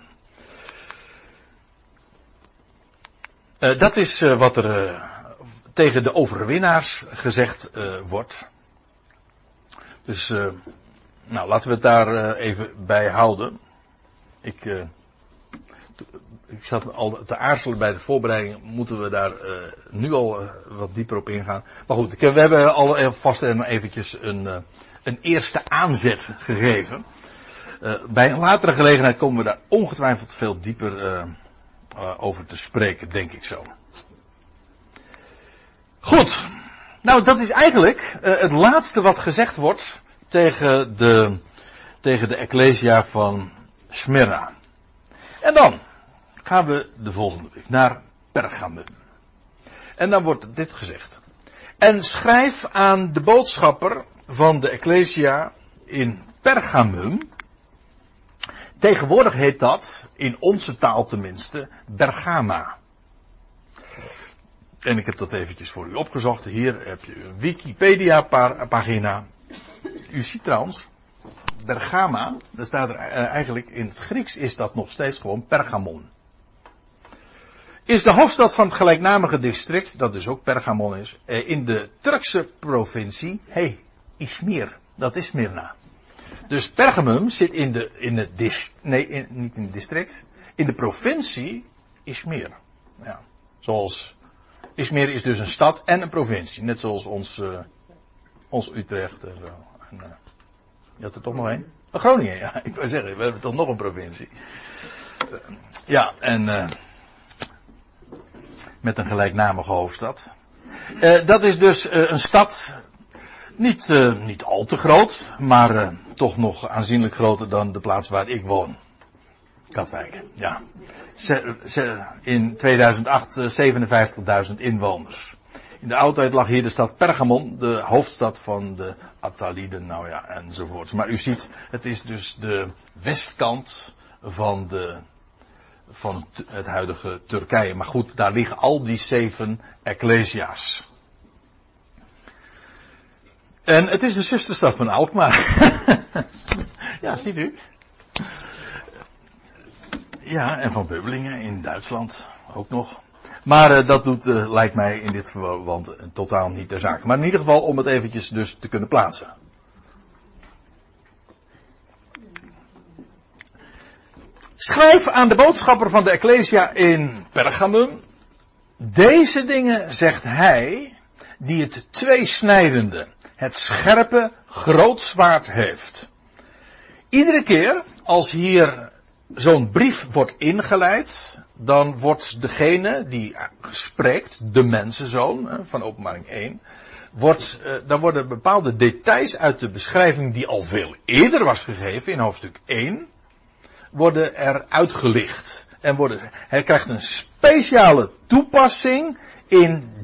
Uh, dat is uh, wat er uh, tegen de overwinnaars gezegd uh, wordt. Dus, uh, nou, laten we het daar uh, even bij houden. Ik, uh, ik zat al te aarzelen bij de voorbereiding. Moeten we daar uh, nu al uh, wat dieper op ingaan. Maar goed, ik, we hebben al vast en eventjes een, uh, een eerste aanzet gegeven. Uh, bij een latere gelegenheid komen we daar ongetwijfeld veel dieper uh, uh, over te spreken, denk ik zo. Goed. Nou, dat is eigenlijk uh, het laatste wat gezegd wordt tegen de, tegen de Ecclesia van Smyrna. En dan gaan we de volgende brief, naar Pergamum. En dan wordt dit gezegd. En schrijf aan de boodschapper van de Ecclesia in Pergamum. Tegenwoordig heet dat, in onze taal tenminste, Bergama. En ik heb dat eventjes voor u opgezocht. Hier heb je een Wikipedia-pagina. U ziet trouwens, Bergama, daar staat er eigenlijk, in het Grieks is dat nog steeds gewoon Pergamon. Is de hoofdstad van het gelijknamige district, dat dus ook Pergamon is, in de Turkse provincie, hé, hey, Izmir, dat is Smyrna. Dus Pergamum zit in de, in het dis, nee, in, niet in het district, in de provincie Izmir. Ja, zoals, Izmir is dus een stad en een provincie, net zoals ons, uh, ons Utrecht en zo. En, uh, je had er toch nog één? Oh, Groningen, ja, ik wou zeggen, we hebben toch nog een provincie. Uh, ja, en, uh, met een gelijknamige hoofdstad. Uh, dat is dus uh, een stad, niet, uh, niet al te groot, maar uh, toch nog aanzienlijk groter dan de plaats waar ik woon. Katwijk, ja. Ze, ze, in tweeduizend acht uh, zevenenvijftigduizend inwoners. In de oudheid lag hier de stad Pergamon, de hoofdstad van de Attaliden, nou ja, enzovoorts. Maar u ziet, het is dus de westkant van de van t- het huidige Turkije. Maar goed, daar liggen al die zeven ecclesia's. En het is de zusterstad van Alkmaar. Ja, ziet u. Ja, en van Beublingen in Duitsland ook nog. Maar uh, dat doet, uh, lijkt mij in dit verband uh, totaal niet ter zake. Maar in ieder geval om het eventjes dus te kunnen plaatsen. Schrijf aan de boodschapper van de Ecclesia in Pergamum. Deze dingen zegt hij, die het tweesnijdende, het scherpe grootzwaard heeft. Iedere keer als hier zo'n brief wordt ingeleid, dan wordt degene die spreekt, de mensenzoon van Openbaring één, wordt, uh, dan worden bepaalde details uit de beschrijving die al veel eerder was gegeven in hoofdstuk één, worden er uitgelicht. En worden, hij krijgt een speciale toepassing in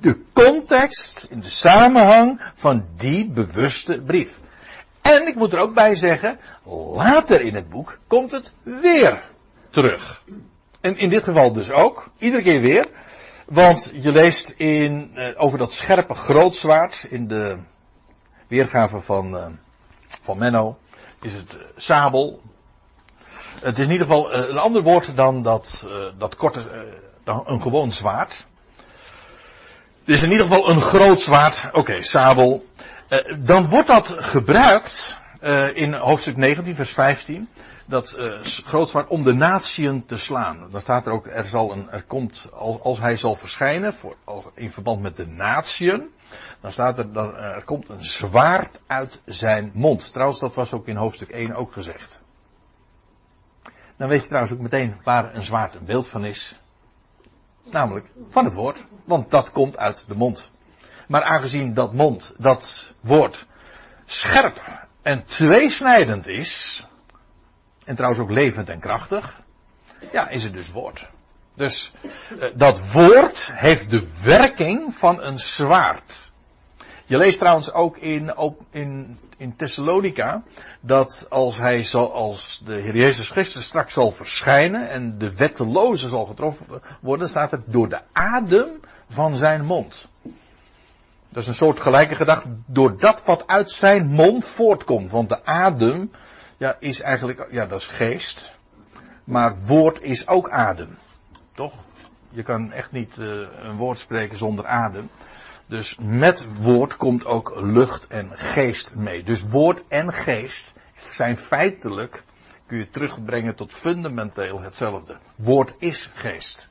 de context, in de samenhang van die bewuste brief. En ik moet er ook bij zeggen, later in het boek komt het weer terug. En in dit geval dus ook, iedere keer weer. Want je leest in, uh, over dat scherpe grootzwaard in de weergave van, uh, van Menno, is het uh, sabel. Het is in ieder geval uh, een ander woord dan dat, uh, dat korte, uh, dan een gewoon zwaard. Het is in ieder geval een groot zwaard, oké, okay, sabel. Uh, dan wordt dat gebruikt uh, in hoofdstuk negentien, vers vijftien. Dat uh, groot zwaard om de natieën te slaan. Dan staat er ook, er zal een, er komt, als, als hij zal verschijnen, voor, als, in verband met de natieën, dan staat er, dan, er komt een zwaard uit zijn mond. Trouwens, dat was ook in hoofdstuk één ook gezegd. Dan weet je trouwens ook meteen waar een zwaard een beeld van is. Namelijk van het woord, want dat komt uit de mond. Maar aangezien dat mond, dat woord, scherp en tweesnijdend is, en trouwens ook levend en krachtig, ja, is het dus woord. Dus uh, dat woord heeft de werking van een zwaard. Je leest trouwens ook in, in, in Thessalonica dat als hij zal, als de Heer Jezus Christus straks zal verschijnen en de wetteloze zal getroffen worden, staat het door de adem van zijn mond. Dat is een soort gelijke gedachte, door dat wat uit zijn mond voortkomt. Want de adem, ja, is eigenlijk, ja, dat is geest. Maar woord is ook adem. Toch? Je kan echt niet uh, een woord spreken zonder adem. Dus met woord komt ook lucht en geest mee. Dus woord en geest zijn feitelijk, kun je terugbrengen tot fundamenteel hetzelfde. Woord is geest.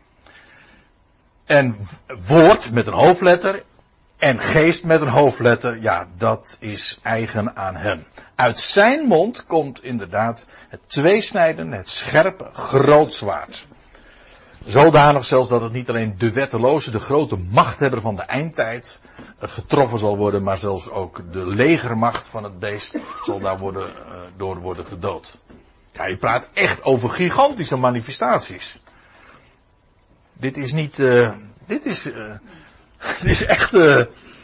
En woord met een hoofdletter en geest met een hoofdletter, ja, dat is eigen aan hem. Uit zijn mond komt inderdaad het tweesnijden, het scherpe grootzwaard. Zodanig zelfs dat het niet alleen de wetteloze, de grote machthebber van de eindtijd getroffen zal worden, maar zelfs ook de legermacht van het beest zal daar worden, uh, door worden gedood. Ja, je praat echt over gigantische manifestaties. Dit is niet, uh, dit is, uh, dit is echt uh,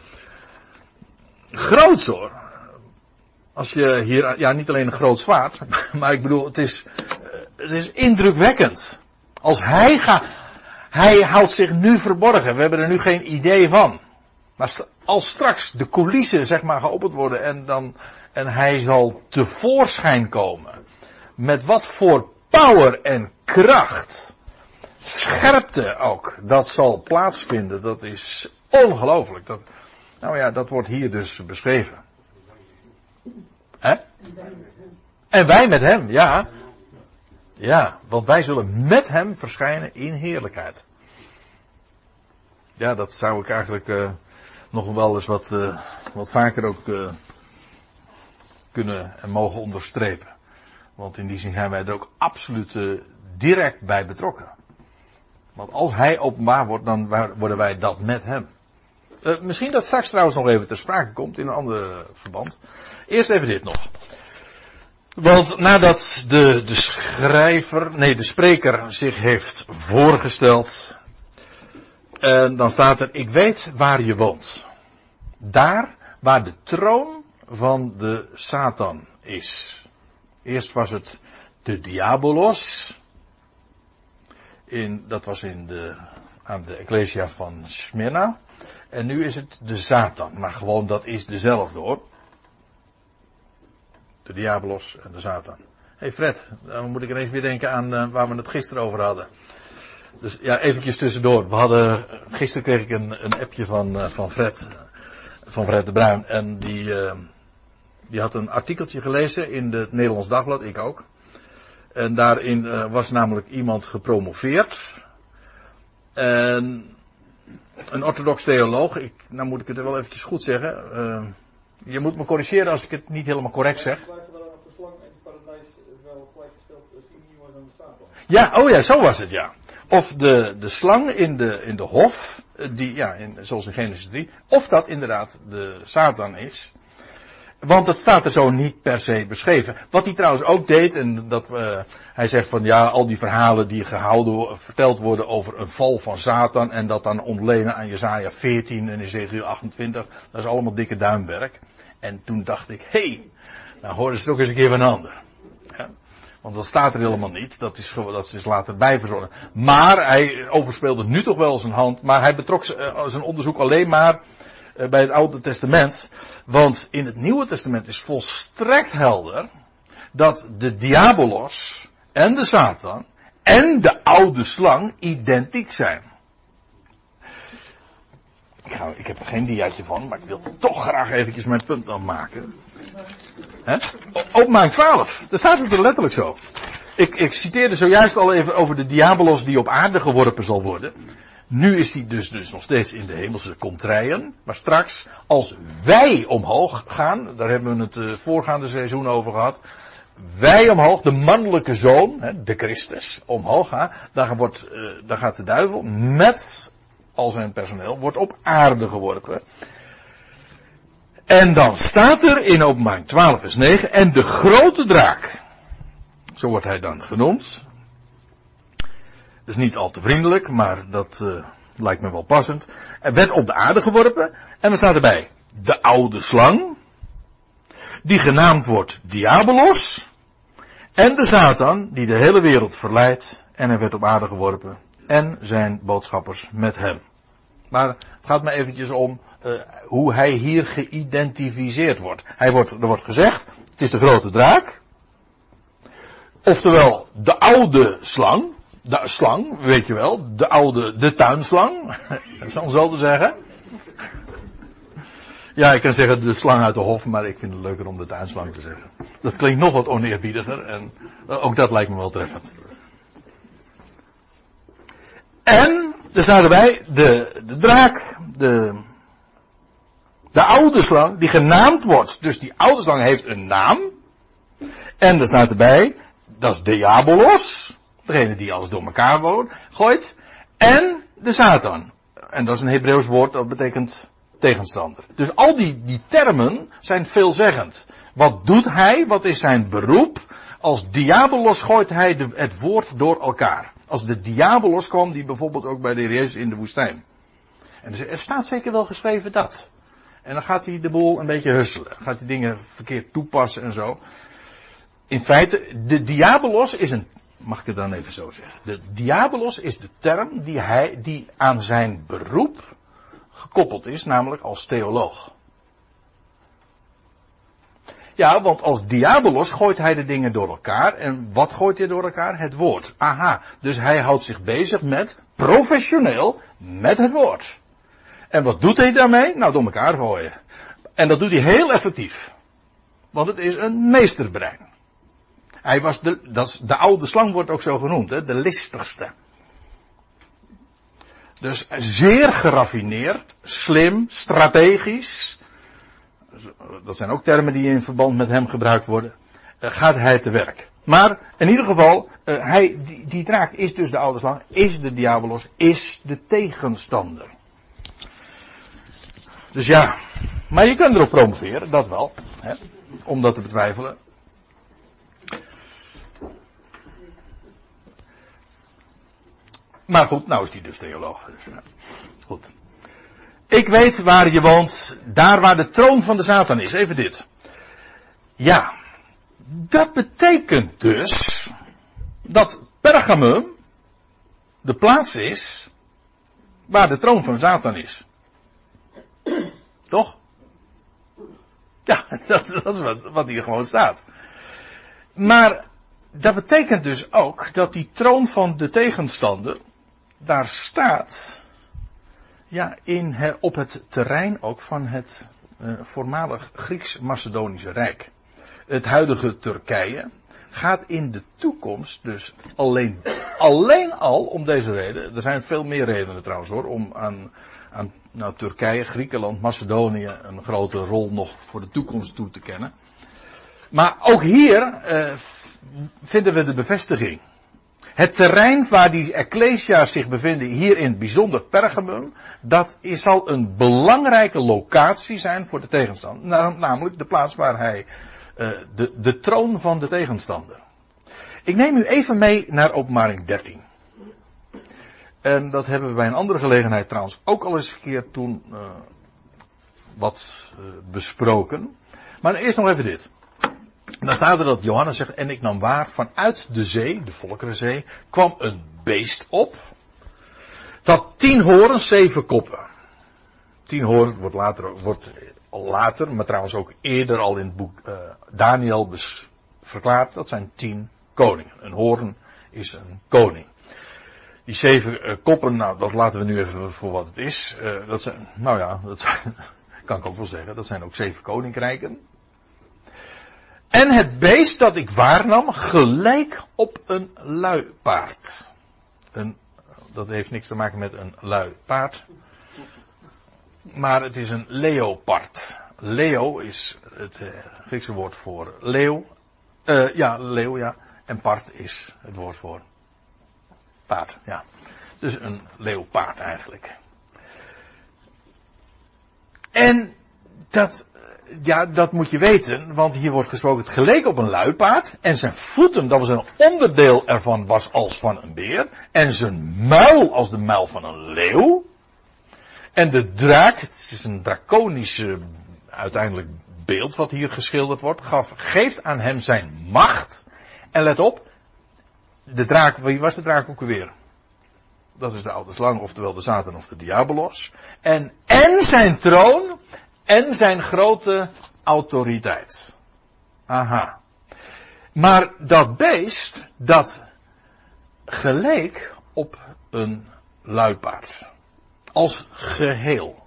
groots hoor. Als je hier, ja, niet alleen een groot zwaard, maar ik bedoel, het is, uh, het is indrukwekkend. Als hij gaat, hij houdt zich nu verborgen. We hebben er nu geen idee van. Maar st- als straks de coulissen, zeg maar, geopend worden en dan, en hij zal tevoorschijn komen. Met wat voor power en kracht. Scherpte ook. Dat zal plaatsvinden. Dat is ongelooflijk. Dat, nou ja, dat wordt hier dus beschreven. Hè? En wij met hem, ja. Ja, want wij zullen met hem verschijnen in heerlijkheid. Ja, dat zou ik eigenlijk uh, nog wel eens wat, uh, wat vaker ook uh, kunnen en mogen onderstrepen. Want in die zin zijn wij er ook absoluut uh, direct bij betrokken. Want als hij openbaar wordt, dan worden wij dat met hem. Uh, misschien dat straks trouwens nog even ter sprake komt in een ander verband. Eerst even dit nog. Want nadat de, de schrijver, nee de spreker zich heeft voorgesteld, en dan staat er, ik weet waar je woont. Daar waar de troon van de Satan is. Eerst was het de Diabolos. In, dat was in de, aan de Ecclesia van Smyrna. En nu is het de Satan. Maar gewoon dat is dezelfde hoor. De Diabolos en de Satan. Hé hey Fred, dan moet ik ineens weer denken aan uh, waar we het gisteren over hadden. Dus ja, eventjes tussendoor. We hadden, gisteren kreeg ik een, een appje van, uh, van Fred, van Fred de Bruin. En die, uh, die had een artikeltje gelezen in het Nederlands Dagblad, ik ook. En daarin uh, was namelijk iemand gepromoveerd. En een orthodox theoloog, ik, nou moet ik het wel eventjes goed zeggen. Uh, je moet me corrigeren als ik het niet helemaal correct zeg. Ja, oh ja, zo was het ja. Of de, de slang in de, in de hof, die, ja, in, zoals in Genesis drie, of dat inderdaad de Satan is. Want dat staat er zo niet per se beschreven. Wat hij trouwens ook deed, en dat uh, hij zegt van ja, al die verhalen die gehouden, verteld worden over een val van Satan en dat dan ontlenen aan Jesaja veertien en Ezekiel achtentwintig, dat is allemaal dikke duimwerk. En toen dacht ik, hé, hey, nou hoor eens ook eens een keer van een ander. Ja, want dat staat er helemaal niet, dat is, dat is later bijverzonnen. Maar hij overspeelde nu toch wel zijn hand, maar hij betrok uh, zijn onderzoek alleen maar uh, bij het Oude Testament. Want in het Nieuwe Testament is volstrekt helder dat de diabolos en de Satan en de oude slang identiek zijn. Ik, ga, ik heb er geen diaatje van, maar ik wil toch graag eventjes mijn punt dan maken. He? Openbaring twaalf, daar staat het er letterlijk zo. Ik, ik citeerde zojuist al even over de diabolos die op aarde geworpen zal worden. Nu is hij dus, dus nog steeds in de hemelse contraien. Maar straks, als wij omhoog gaan, daar hebben we het uh, voorgaande seizoen over gehad. Wij omhoog, de mannelijke zoon, hè, de Christus, omhoog gaan. Daar, wordt, uh, daar gaat de duivel met al zijn personeel, wordt op aarde geworpen. En dan staat er in Openbaring twaalf vers negen, en de grote draak, zo wordt hij dan genoemd. Dus niet al te vriendelijk, maar dat uh, lijkt me wel passend. Er werd op de aarde geworpen. En dan staat erbij, de oude slang. Die genaamd wordt Diabolos. En de Satan, die de hele wereld verleidt. En hij werd op aarde geworpen. En zijn boodschappers met hem. Maar het gaat me eventjes om uh, hoe hij hier geïdentificeerd wordt. Hij wordt. Er wordt gezegd, het is de grote draak. Oftewel, de oude slang. De slang, weet je wel, de oude, de tuinslang, dat is dan zo te zeggen. Ja, ik kan zeggen de slang uit de hof, maar ik vind het leuker om de tuinslang te zeggen. Dat klinkt nog wat oneerbiediger en ook dat lijkt me wel treffend. En, er staat erbij, de, de draak, de, de oude slang, die genaamd wordt. Dus die oude slang heeft een naam. En er staat erbij, dat is Diabolos. Degene die alles door elkaar woont, gooit. En de Satan. En dat is een Hebreeuws woord, dat betekent tegenstander. Dus al die, die termen zijn veelzeggend. Wat doet hij? Wat is zijn beroep? Als diabolos gooit hij de, het woord door elkaar. Als de diabolos kwam, die bijvoorbeeld ook bij de Heer Jezus in de woestijn. En er staat zeker wel geschreven dat. En dan gaat hij de boel een beetje husselen. Gaat hij dingen verkeerd toepassen en zo. In feite, de diabolos is een... Mag ik het dan even zo zeggen? De diabolos is de term die hij, die aan zijn beroep gekoppeld is, namelijk als theoloog. Ja, want als diabolos gooit hij de dingen door elkaar. En wat gooit hij door elkaar? Het woord. Aha, dus hij houdt zich bezig met, professioneel, met het woord. En wat doet hij daarmee? Nou, door elkaar gooien. En dat doet hij heel effectief. Want het is een meesterbrein. Hij was de, dat is, de oude slang wordt ook zo genoemd, hè, de listigste. Dus zeer geraffineerd, slim, strategisch. Dat zijn ook termen die in verband met hem gebruikt worden. Uh, gaat hij te werk. Maar in ieder geval, uh, hij, die, die draak is dus de oude slang, is de diabolos, is de tegenstander. Dus ja, maar je kunt erop promoveren, dat wel, hè, om dat te betwijfelen. Maar goed, nou is hij dus theoloog. Dus, ja. Goed. Ik weet waar je woont, daar waar de troon van de Satan is. Even dit. Ja, dat betekent dus dat Pergamum de plaats is waar de troon van Satan is. Toch? Ja, dat, dat is wat, wat hier gewoon staat. Maar dat betekent dus ook dat die troon van de tegenstander daar staat, ja, in he, op het terrein ook van het uh, voormalig Grieks-Macedonische Rijk. Het huidige Turkije gaat in de toekomst dus alleen, alleen al om deze reden, er zijn veel meer redenen trouwens hoor, om aan, aan nou, Turkije, Griekenland, Macedonië een grote rol nog voor de toekomst toe te kennen. Maar ook hier uh, vinden we de bevestiging. Het terrein waar die ecclesia's zich bevinden, hier in het bijzonder Pergamum, dat is, zal een belangrijke locatie zijn voor de tegenstander. Na, namelijk de plaats waar hij, uh, de, de troon van de tegenstander. Ik neem u even mee naar Openbaring dertien. En dat hebben we bij een andere gelegenheid trouwens ook al eens een keer toen uh, wat uh, besproken. Maar eerst nog even dit. En dan staat er dat Johannes zegt, en ik nam waar, vanuit de zee, de Volkerenzee, kwam een beest op. Dat tien horens, zeven koppen. Tien horens wordt later, wordt al later, maar trouwens ook eerder al in het boek uh, Daniel bes- verklaard, dat zijn tien koningen. Een hoorn is een koning. Die zeven uh, koppen, nou dat laten we nu even voor wat het is. Uh, dat zijn, nou ja, dat zijn, kan ik ook wel zeggen, dat zijn ook zeven koninkrijken. En het beest dat ik waarnam geleek op een luipaard. Een, dat heeft niks te maken met een luipaard. Maar het is een leopard. Leo is het uh, Griekse woord voor leeuw. Uh, ja, leeuw, ja. En part is het woord voor paard, ja. Dus een leeuwpaard eigenlijk. En dat... Ja, dat moet je weten, want hier wordt gesproken, het geleek op een luipaard. En zijn voeten, dat was een onderdeel ervan, was als van een beer. En zijn muil als de muil van een leeuw. En de draak, het is een draconische uiteindelijk beeld wat hier geschilderd wordt, gaf, geeft aan hem zijn macht. En let op, de draak, wie was de draak ook weer? Dat is de oude slang, oftewel de Satan of de Diabolos. En, en zijn troon... En zijn grote autoriteit. Aha. Maar dat beest, dat geleek op een luipaard. Als geheel.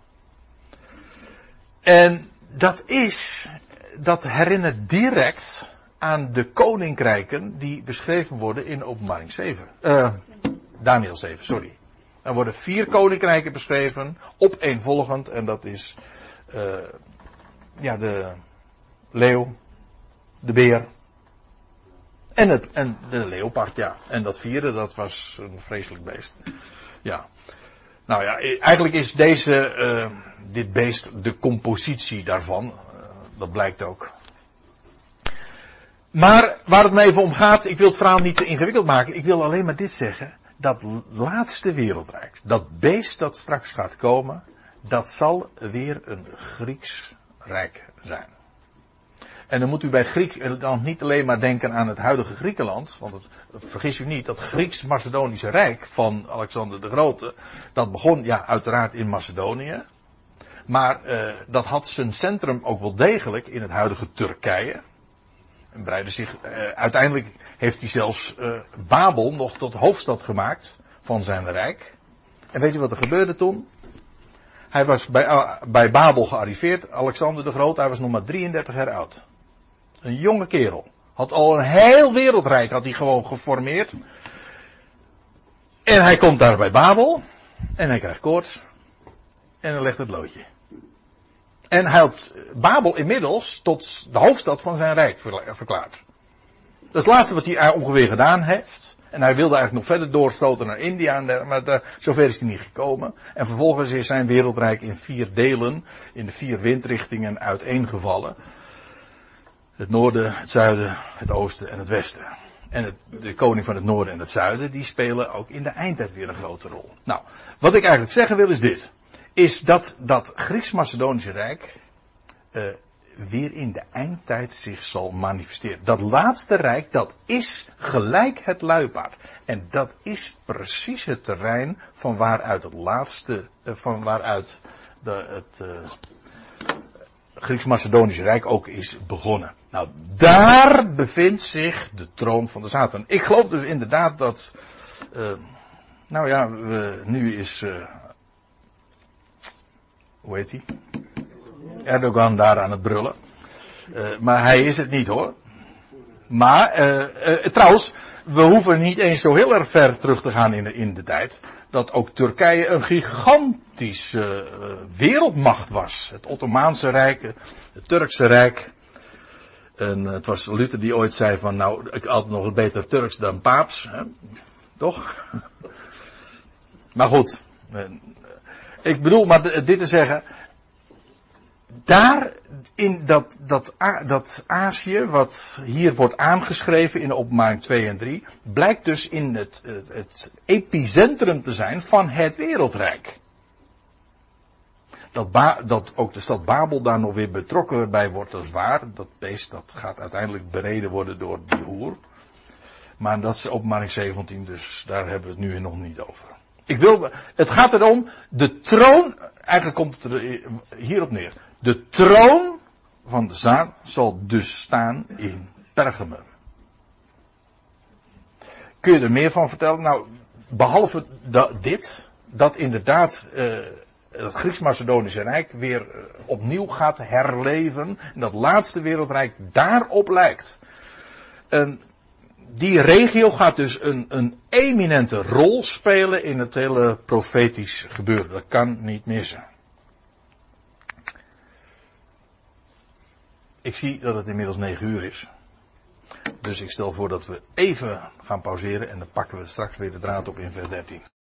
En dat is, dat herinnert direct aan de koninkrijken die beschreven worden in Openbaring zeven. Uh, Daniel zeven, sorry. Er worden vier koninkrijken beschreven, opeenvolgend, en dat is... Uh, ja, de leeuw, de beer en, het, en de leopard, ja. En dat vierde, dat was een vreselijk beest. Ja. Nou ja, eigenlijk is deze, uh, dit beest de compositie daarvan. Uh, dat blijkt ook. Maar waar het me even om gaat, ik wil het verhaal niet te ingewikkeld maken. Ik wil alleen maar dit zeggen. Dat laatste wereldrijk, dat beest dat straks gaat komen... Dat zal weer een Grieks rijk zijn. En dan moet u bij Griek dan niet alleen maar denken aan het huidige Griekenland. Want het, vergis u niet, dat Grieks-Macedonische Rijk van Alexander de Grote. Dat begon ja uiteraard in Macedonië. Maar uh, dat had zijn centrum ook wel degelijk in het huidige Turkije. En breidde zich, uh, uiteindelijk heeft hij zelfs uh, Babel nog tot hoofdstad gemaakt van zijn rijk. En weet u wat er gebeurde toen? Hij was bij, uh, bij Babel gearriveerd, Alexander de Groot, hij was nog maar drieëndertig jaar oud. Een jonge kerel. Had al een heel wereldrijk, had hij gewoon geformeerd. En hij komt daar bij Babel, en hij krijgt koorts, en hij legt het loodje. En hij had Babel inmiddels tot de hoofdstad van zijn rijk verklaard. Dat is het laatste wat hij ongeveer gedaan heeft. En hij wilde eigenlijk nog verder doorstoten naar India, maar de, zover is hij niet gekomen. En vervolgens is zijn wereldrijk in vier delen, in de vier windrichtingen uiteengevallen. Het noorden, het zuiden, het oosten en het westen. En het, de koning van het noorden en het zuiden, die spelen ook in de eindtijd weer een grote rol. Nou, wat ik eigenlijk zeggen wil is dit. Is dat dat Grieks-Macedonische Rijk uh, weer in de eindtijd zich zal manifesteren. Dat laatste rijk, dat is gelijk het luipaard. En dat is precies het terrein van waaruit het laatste, uh, van waaruit de, het uh, Grieks-Macedonische Rijk ook is begonnen. Nou, daar bevindt zich de troon van de Satan. Ik geloof dus inderdaad dat, uh, nou ja, we, nu is, uh, hoe heet hij? Erdogan daar aan het brullen. Uh, maar hij is het niet hoor. Maar, uh, uh, trouwens, we hoeven niet eens zo heel erg ver terug te gaan in de, in de tijd. Dat ook Turkije een gigantische uh, wereldmacht was. Het Ottomaanse Rijk, het Turkse Rijk. En uh, het was Luther die ooit zei van, nou, ik had nog beter Turks dan Paaps. Hè? Toch? Maar goed. Ik bedoel maar dit te zeggen. Daar in dat, dat, dat Azië, wat hier wordt aangeschreven in de Openbaring twee en drie, blijkt dus in het, het, het epicentrum te zijn van het wereldrijk. Dat, ba, dat ook de stad Babel daar nog weer betrokken bij wordt, dat is waar. Dat beest dat gaat uiteindelijk bereden worden door die hoer. Maar dat is Openbaring zeventien, dus daar hebben we het nu nog niet over. Ik wil, het gaat erom, de troon, eigenlijk komt het er hierop neer. De troon van de zaad zal dus staan in Pergamum. Kun je er meer van vertellen? Nou, behalve dat, dit, dat inderdaad uh, het Grieks-Macedonische Rijk weer uh, opnieuw gaat herleven. En dat laatste wereldrijk daarop lijkt. En die regio gaat dus een, een eminente rol spelen in het hele profetisch gebeuren. Dat kan niet missen. Ik zie dat het inmiddels negen uur is. Dus ik stel voor dat we even gaan pauzeren en dan pakken we straks weer de draad op in vers dertien.